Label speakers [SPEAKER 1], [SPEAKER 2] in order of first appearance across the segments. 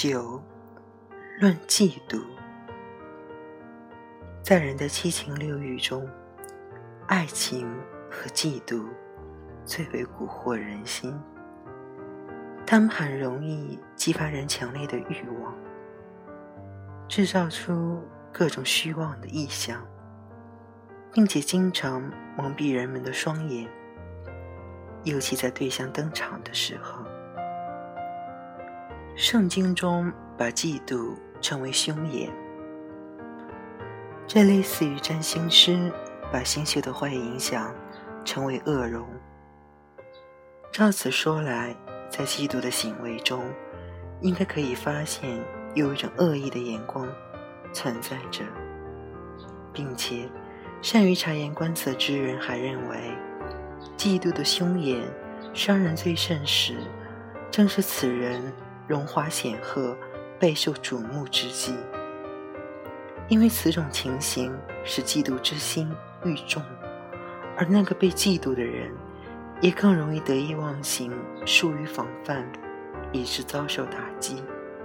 [SPEAKER 1] 9. 论嫉妒。在人的七情六欲中，爱情和嫉妒最为蛊惑人心，它们很容易激发人强烈的欲望，制造出各种虚妄的意象，并且经常蒙蔽人们的双眼，尤其在对象登场的时候。圣经中把嫉妒称为凶眼，这类似于占星师把星宿的坏影响称为恶容。照此说来，在嫉妒的行为中，应该可以发现有一种恶意的眼光存在着，并且善于察言观色之人还认为，嫉妒的凶眼伤人最甚时，正是此人荣华显赫备受瞩目之际，因为此种情形使嫉妒之心愈重，而那个被嫉妒的人也更容易得意忘形，疏于防范，以致遭受打击。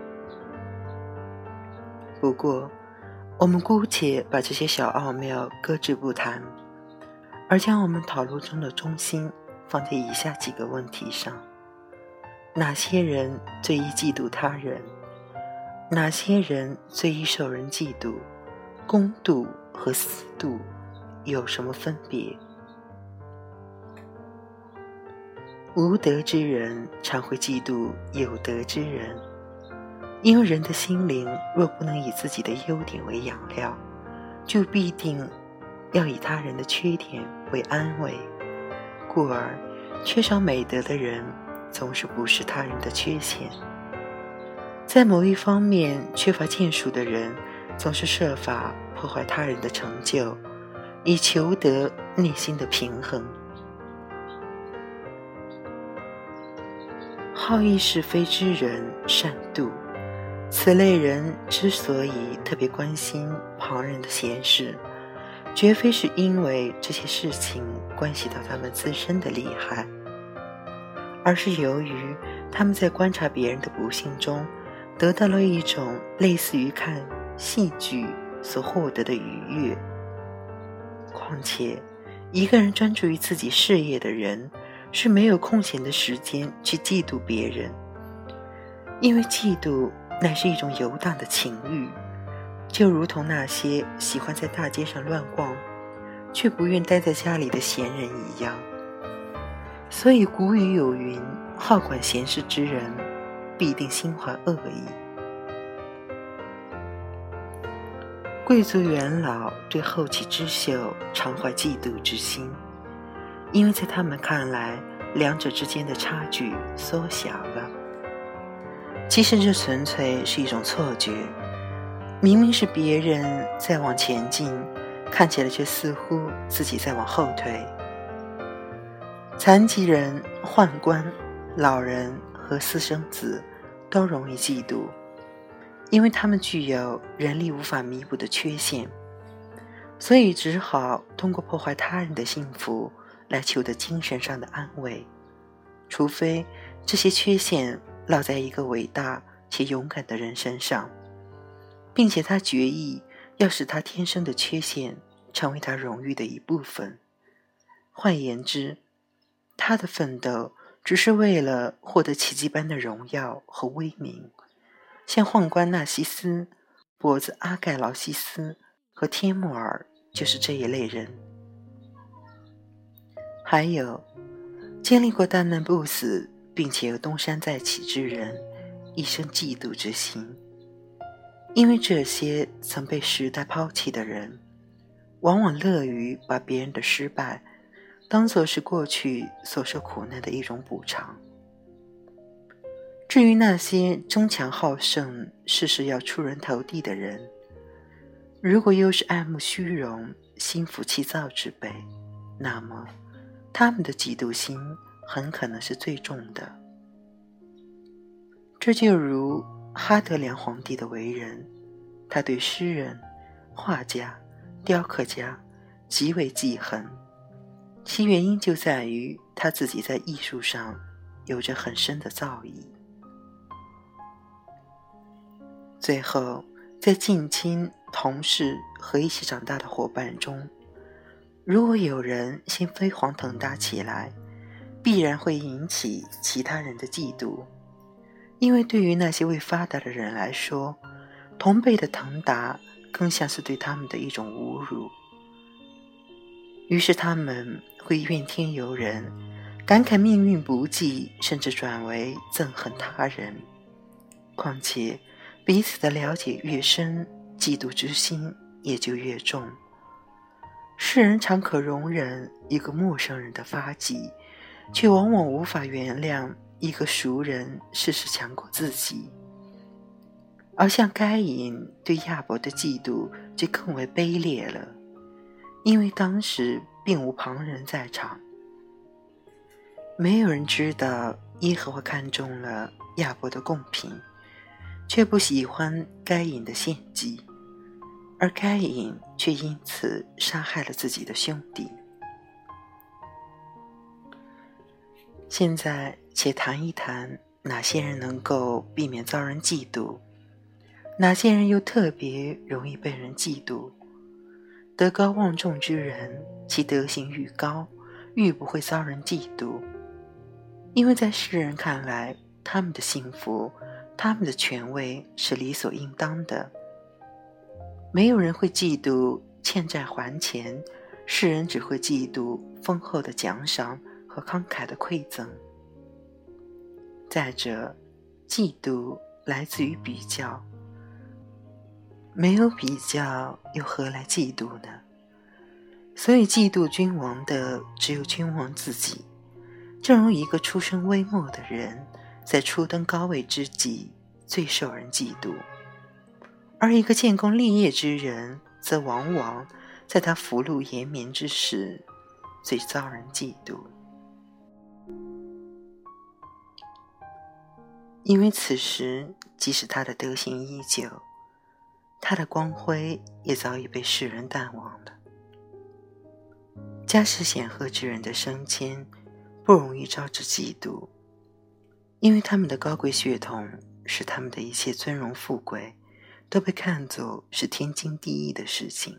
[SPEAKER 1] 不过我们姑且把这些小奥妙搁置不谈，而将我们讨论中的中心放在以下几个问题上：哪些人最易嫉妒他人？哪些人最易受人嫉妒？公妒和私妒有什么分别？无德之人常会嫉妒有德之人，因为人的心灵若不能以自己的优点为养料，就必定要以他人的缺点为安慰，故而缺少美德的人总是不视他人的缺陷。在某一方面缺乏建树的人，总是设法破坏他人的成就，以求得内心的平衡。好议是非之人善妒，此类人之所以特别关心旁人的闲事，绝非是因为这些事情关系到他们自身的利害，而是由于他们在观察别人的不幸中得到了一种类似于看戏剧所获得的愉悦。况且一个人专注于自己事业的人是没有空闲的时间去嫉妒别人，因为嫉妒乃是一种游荡的情欲，就如同那些喜欢在大街上乱逛却不愿待在家里的闲人一样。所以古语有云，好管闲事之人必定心怀恶意。贵族元老对后起之秀常怀嫉妒之心，因为在他们看来，两者之间的差距缩小了。其实这纯粹是一种错觉，明明是别人在往前进，看起来却似乎自己在往后退。残疾人、宦官、老人和私生子都容易嫉妒，因为他们具有人力无法弥补的缺陷，所以只好通过破坏他人的幸福来求得精神上的安慰，除非这些缺陷落在一个伟大且勇敢的人身上，并且他决意要使他天生的缺陷成为他荣誉的一部分。换言之，他的奋斗只是为了获得奇迹般的荣耀和威名，像宦官纳西斯、跛子阿盖劳西斯和天穆尔就是这一类人。还有经历过大难不死并且有东山再起之人，一生嫉妒之心，因为这些曾被时代抛弃的人，往往乐于把别人的失败当作是过去所受苦难的一种补偿。至于那些争强好胜、事事要出人头地的人，如果又是爱慕虚荣、心浮气躁之辈，那么他们的嫉妒心很可能是最重的。这就如哈德良皇帝的为人，他对诗人、画家、雕刻家极为记恨，其原因就在于他自己在艺术上有着很深的造诣。 最后，在近亲、同事和一起长大的伙伴中，如果有人先飞黄腾达起来，必然会引起其他人的嫉妒，因为对于那些未发达的人来说，同辈的腾达更像是对他们的一种侮辱。于是他们会怨天尤人，感慨命运不济，甚至转为憎恨他人。况且彼此的了解越深，嫉妒之心也就越重。世人常可容忍一个陌生人的发迹，却往往无法原谅一个熟人事事强过自己。而像该隐对亚伯的嫉妒就更为卑劣了，因为当时并无旁人在场，没有人知道耶和华看中了亚伯的贡品，却不喜欢该隐的献祭，而该隐却因此杀害了自己的兄弟。现在且谈一谈哪些人能够避免遭人嫉妒，哪些人又特别容易被人嫉妒。德高望重之人，其德行愈高，愈不会遭人嫉妒，因为在世人看来，他们的幸福，他们的权位是理所应当的。没有人会嫉妒欠债还钱，世人只会嫉妒丰厚的奖赏和慷慨的馈赠。再者，嫉妒来自于比较，没有比较又何来嫉妒呢？所以嫉妒君王的只有君王自己。正如一个出身微末的人，在初登高位之际最受人嫉妒，而一个建功立业之人，则往往在他福禄延绵之时最遭人嫉妒。因为此时即使他的德行依旧，他的光辉也早已被世人淡忘了。家世显赫之人的升迁不容易招致嫉妒，因为他们的高贵血统使他们的一切尊荣富贵都被看作是天经地义的事情。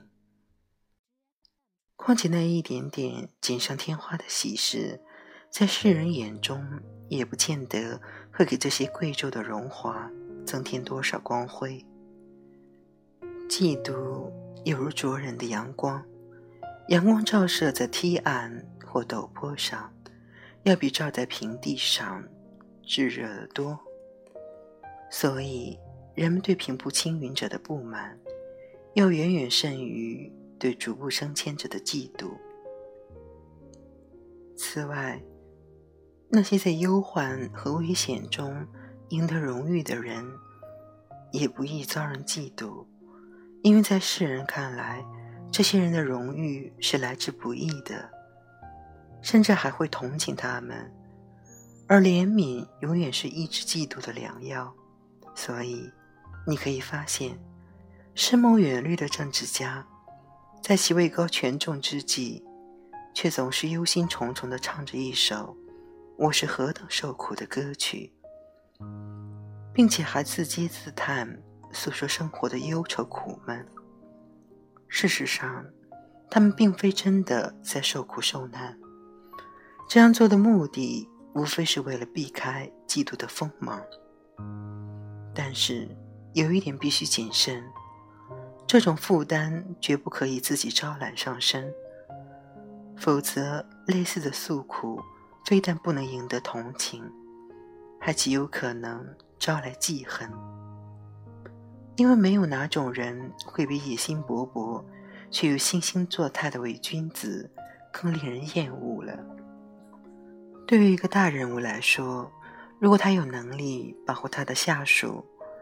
[SPEAKER 1] 况且那一点点锦上添花的喜事，在世人眼中也不见得会给这些贵胄的荣华增添多少光辉。嫉妒有如灼人的阳光，阳光照射在堤岸或陡坡上，要比照在平地上炙热得多。所以人们对平步青云者的不满，要远远胜于对逐步升迁者的嫉妒。此外，那些在忧患和危险中赢得荣誉的人，也不易遭人嫉妒，因为在世人看来，这些人的荣誉是来之不易的，甚至还会同情他们，而怜悯永远是抑制嫉妒的良药。所以你可以发现，深谋远虑的政治家，在其位高权重之际，却总是忧心忡忡地唱着一首我是何等受苦的歌曲，并且还自嗟自叹，诉说生活的忧愁苦闷。事实上，他们并非真的在受苦受难，这样做的目的无非是为了避开嫉妒的锋芒。但是有一点必须谨慎，这种负担绝不可以自己招揽上身，否则类似的诉苦非但不能赢得同情，还极有可能招来记恨。因为没有哪种人会比野心勃勃却又惺惺作态的伪君子更令人厌恶了。对于一个大人物来说，如果他有能力保护他的下属，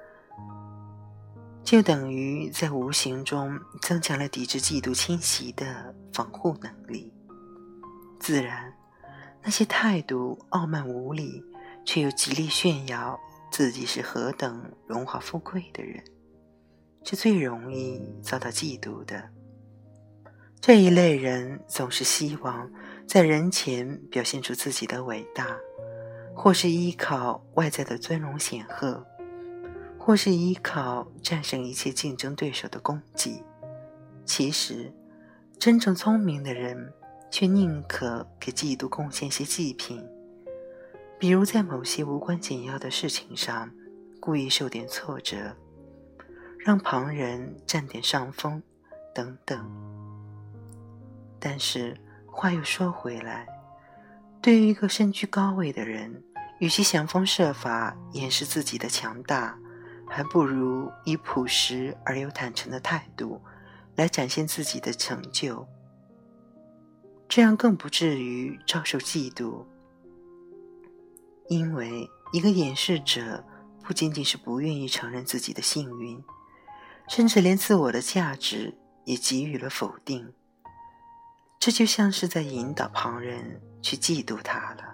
[SPEAKER 1] 就等于在无形中增强了抵制嫉妒侵袭的防护能力。自然，那些态度傲慢无礼却又极力炫耀自己是何等荣华富贵的人，是最容易遭到嫉妒的。这一类人总是希望在人前表现出自己的伟大，或是依靠外在的尊荣显赫， 或是依靠战胜一切竞争对手的功绩。其实，真正聪明的人却宁可给嫉妒贡献些祭品，比如在某些无关紧要的事情上故意受点挫折，让旁人占点上风等等。但是话又说回来，对于一个身居高位的人，与其想方设法掩饰自己的强大，还不如以朴实而又坦诚的态度来展现自己的成就，这样更不至于遭受嫉妒。因为一个掩饰者不仅仅是不愿意承认自己的幸运，甚至连自我的价值也给予了否定，这就像是在引导旁人去嫉妒他了。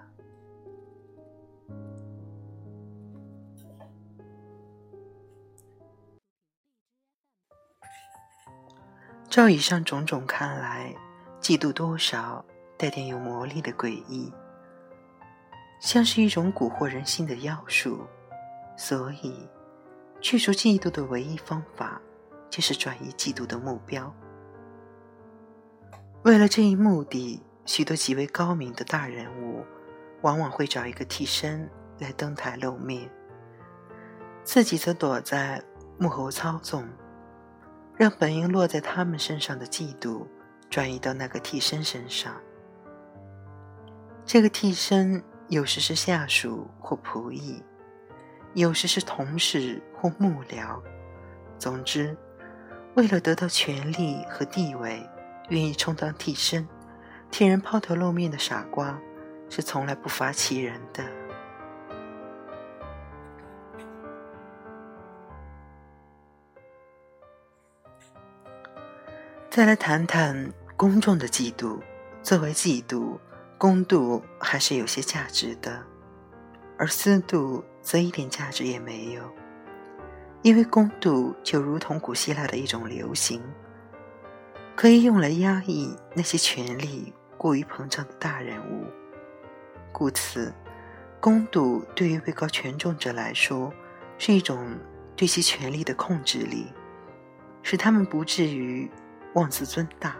[SPEAKER 1] 照以上种种看来，嫉妒多少带点有魔力的诡异，像是一种蛊惑人心的妖术。所以去除嫉妒的唯一方法就是转移嫉妒的目标。为了这一目的，许多极为高明的大人物往往会找一个替身来登台露面，自己则躲在幕后操纵，让本应落在他们身上的嫉妒转移到那个替身身上。这个替身有时是下属或仆役，有时是同事或幕僚。总之，为了得到权力和地位，愿意充当替身，替人抛头露面的傻瓜是从来不乏其人的。再来谈谈公众的嫉妒。作为嫉妒，公妒还是有些价值的，而私妒则一点价值也没有。因为公妒就如同古希腊的一种流行，可以用来压抑那些权力过于膨胀的大人物。故此，公妒对于位高权重者来说是一种对其权力的控制力，使他们不至于妄自尊大。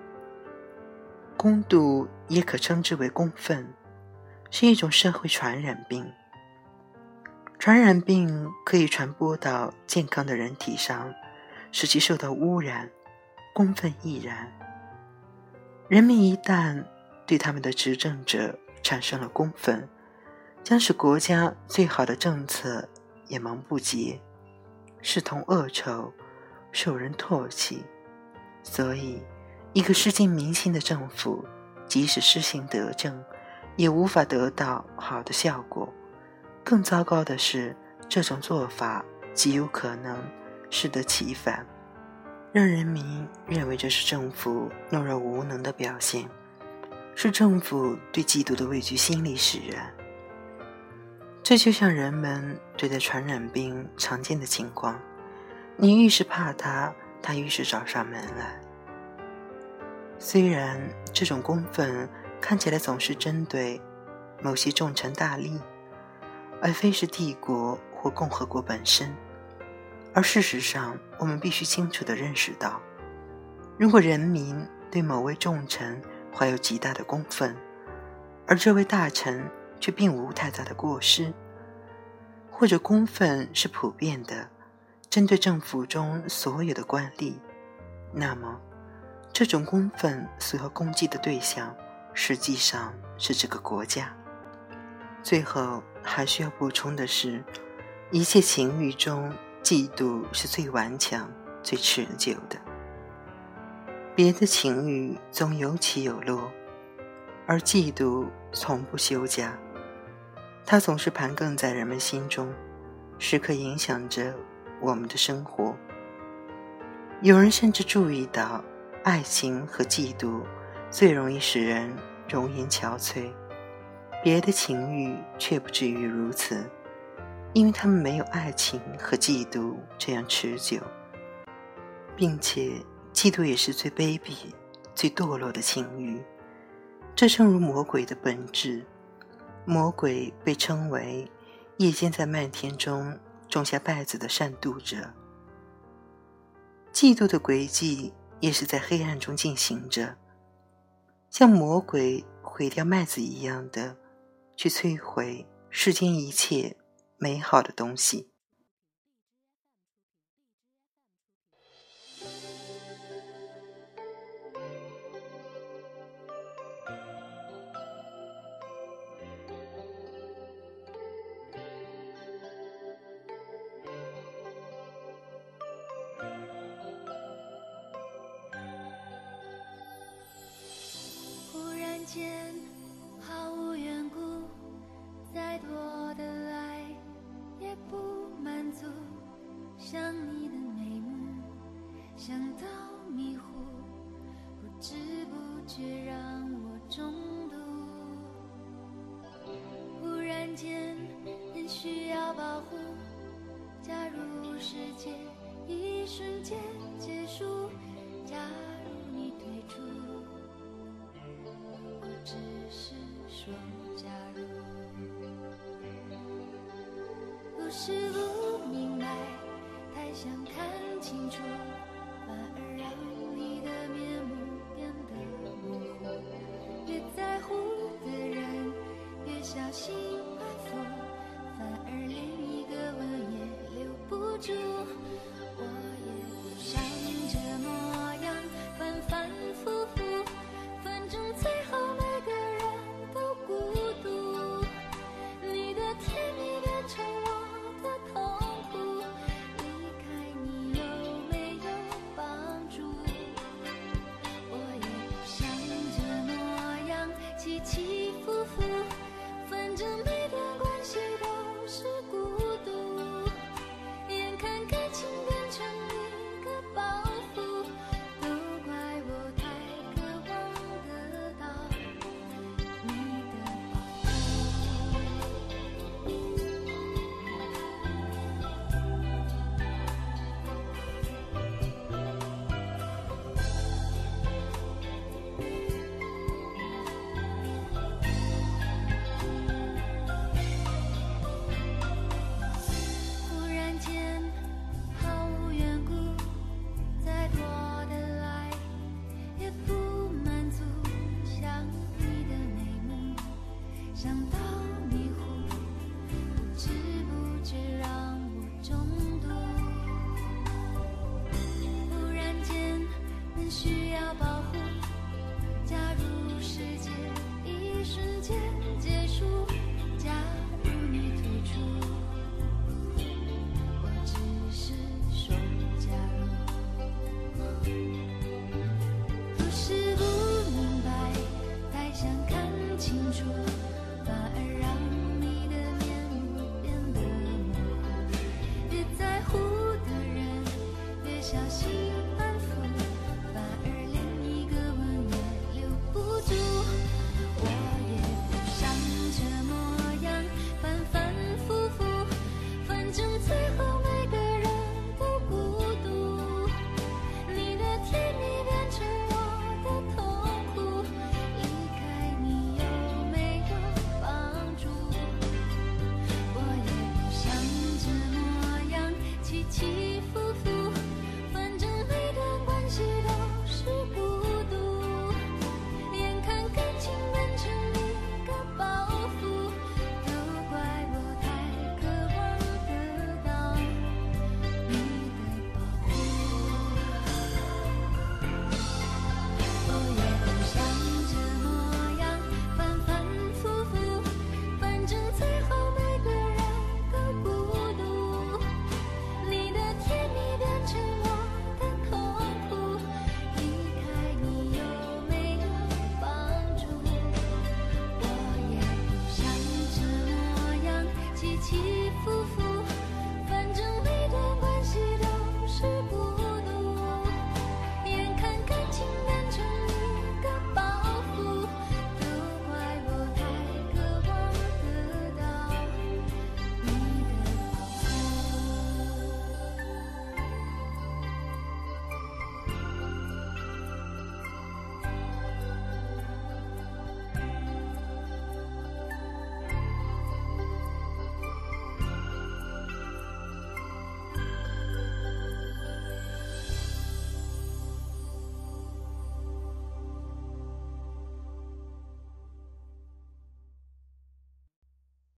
[SPEAKER 1] 公妒也可称之为公愤，是一种社会传染病。传染病可以传播到健康的人体上，使其受到污染，公愤亦然。人民一旦对他们的执政者产生了公愤，将使国家最好的政策也忙不迭，视同恶臭，受人唾弃。所以一个失尽民心的政府，即使施行德政，也无法得到好的效果。更糟糕的是，这种做法极有可能适得其反，让人民认为这是政府懦弱无能的表现，是政府对嫉妒的畏惧心理使然。这就像人们对待传染病常见的情况，你愈是怕它，它愈是找上门来。虽然这种公愤看起来总是针对某些重臣大吏，而非是帝国或共和国本身，而事实上我们必须清楚地认识到，如果人民对某位重臣怀有极大的公愤，而这位大臣却并无太大的过失，或者公愤是普遍的，针对政府中所有的官吏，那么这种公愤所要攻击的对象实际上是这个国家。最后还需要补充的是，一切情欲中嫉妒是最顽强最持久的。别的情欲总有起有落，而嫉妒从不休假，它总是盘亘在人们心中，时刻影响着我们的生活。有人甚至注意到，爱情和嫉妒最容易使人容颜憔悴，别的情欲却不至于如此，因为他们没有爱情和嫉妒这样持久，并且嫉妒也是最卑鄙最堕落的情欲。这正如魔鬼的本质，魔鬼被称为夜间在漫天中种下稗子的善妒者。嫉妒的轨迹也是在黑暗中进行着，像魔鬼毁掉麦子一样的去摧毁世间一切美好的东西。
[SPEAKER 2] 间毫无缘故，再多的爱也不满足，想你的眉目，想到迷糊，不知不觉让我中毒。忽然间很需要保护，假如世界一瞬间结束，假如你退出，只是说假如，不是不明白，太想看清楚，反而让你的面目变得模糊。越在乎的人越小心安抚，反而连一个吻也留不住。